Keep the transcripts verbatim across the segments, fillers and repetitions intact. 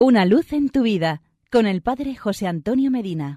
Una luz en tu vida, con el Padre José Antonio Medina.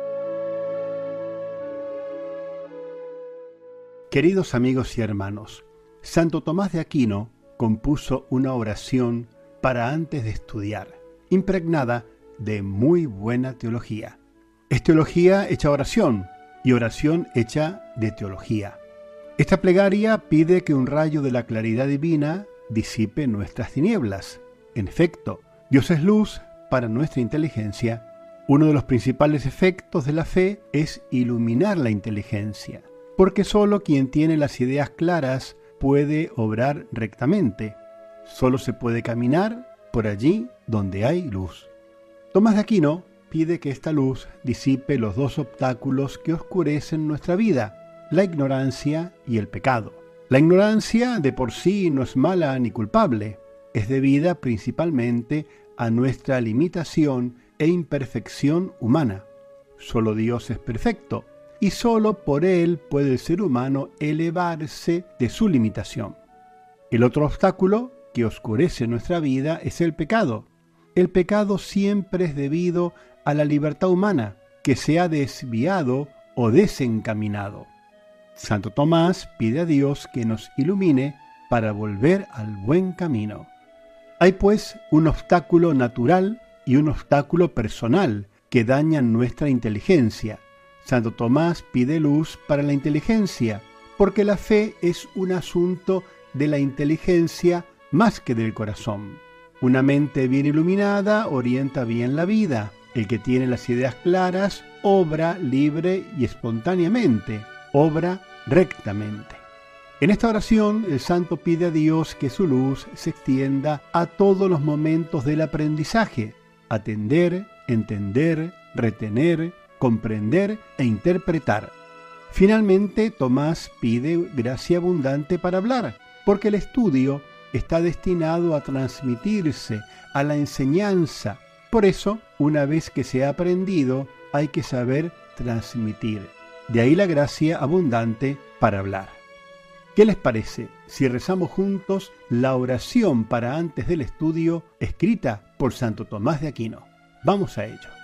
Queridos amigos y hermanos, Santo Tomás de Aquino compuso una oración para antes de estudiar, impregnada de muy buena teología. Es teología hecha oración y oración hecha de teología. Esta plegaria pide que un rayo de la claridad divina disipe nuestras tinieblas. En efecto, Dios es luz para nuestra inteligencia. Uno de los principales efectos de la fe es iluminar la inteligencia, porque solo quien tiene las ideas claras puede obrar rectamente. Solo se puede caminar por allí donde hay luz. Tomás de Aquino pide que esta luz disipe los dos obstáculos que oscurecen nuestra vida, la ignorancia y el pecado. La ignorancia de por sí no es mala ni culpable, es debida principalmente a nuestra limitación e imperfección humana. Solo Dios es perfecto, y solo por Él puede el ser humano elevarse de su limitación. El otro obstáculo que oscurece nuestra vida es el pecado. El pecado siempre es debido a la libertad humana, que se ha desviado o desencaminado. Santo Tomás pide a Dios que nos ilumine para volver al buen camino. Hay pues un obstáculo natural y un obstáculo personal que dañan nuestra inteligencia. Santo Tomás pide luz para la inteligencia, porque la fe es un asunto de la inteligencia más que del corazón. Una mente bien iluminada orienta bien la vida. El que tiene las ideas claras obra libre y espontáneamente, obra rectamente. En esta oración, el santo pide a Dios que su luz se extienda a todos los momentos del aprendizaje: atender, entender, retener, comprender e interpretar. Finalmente, Tomás pide gracia abundante para hablar, porque el estudio está destinado a transmitirse, a la enseñanza. Por eso, una vez que se ha aprendido, hay que saber transmitir. De ahí la gracia abundante para hablar. ¿Qué les parece si rezamos juntos la oración para antes del estudio escrita por Santo Tomás de Aquino? Vamos a ello.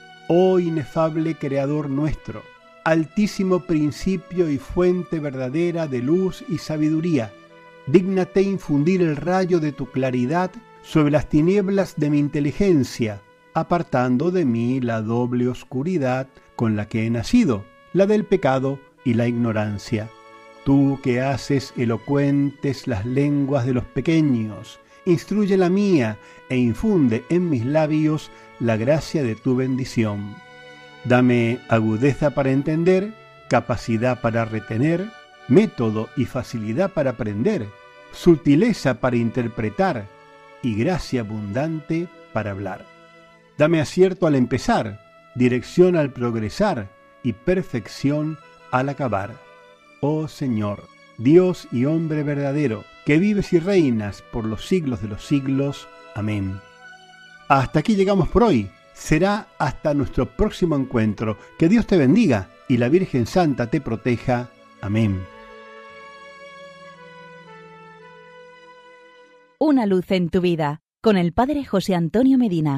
Oh inefable Creador nuestro, altísimo principio y fuente verdadera de luz y sabiduría, dígnate infundir el rayo de tu claridad sobre las tinieblas de mi inteligencia, apartando de mí la doble oscuridad con la que he nacido, la del pecado y la ignorancia. Tú que haces elocuentes las lenguas de los pequeños, instruye la mía e infunde en mis labios la gracia de tu bendición. Dame agudeza para entender, capacidad para retener, método y facilidad para aprender, sutileza para interpretar y gracia abundante para hablar. Dame acierto al empezar, dirección al progresar y perfección al acabar. Oh Señor, Dios y hombre verdadero, que vives y reinas por los siglos de los siglos. Amén. Hasta aquí llegamos por hoy. Será hasta nuestro próximo encuentro. Que Dios te bendiga y la Virgen Santa te proteja. Amén. Una luz en tu vida, con el Padre José Antonio Medina.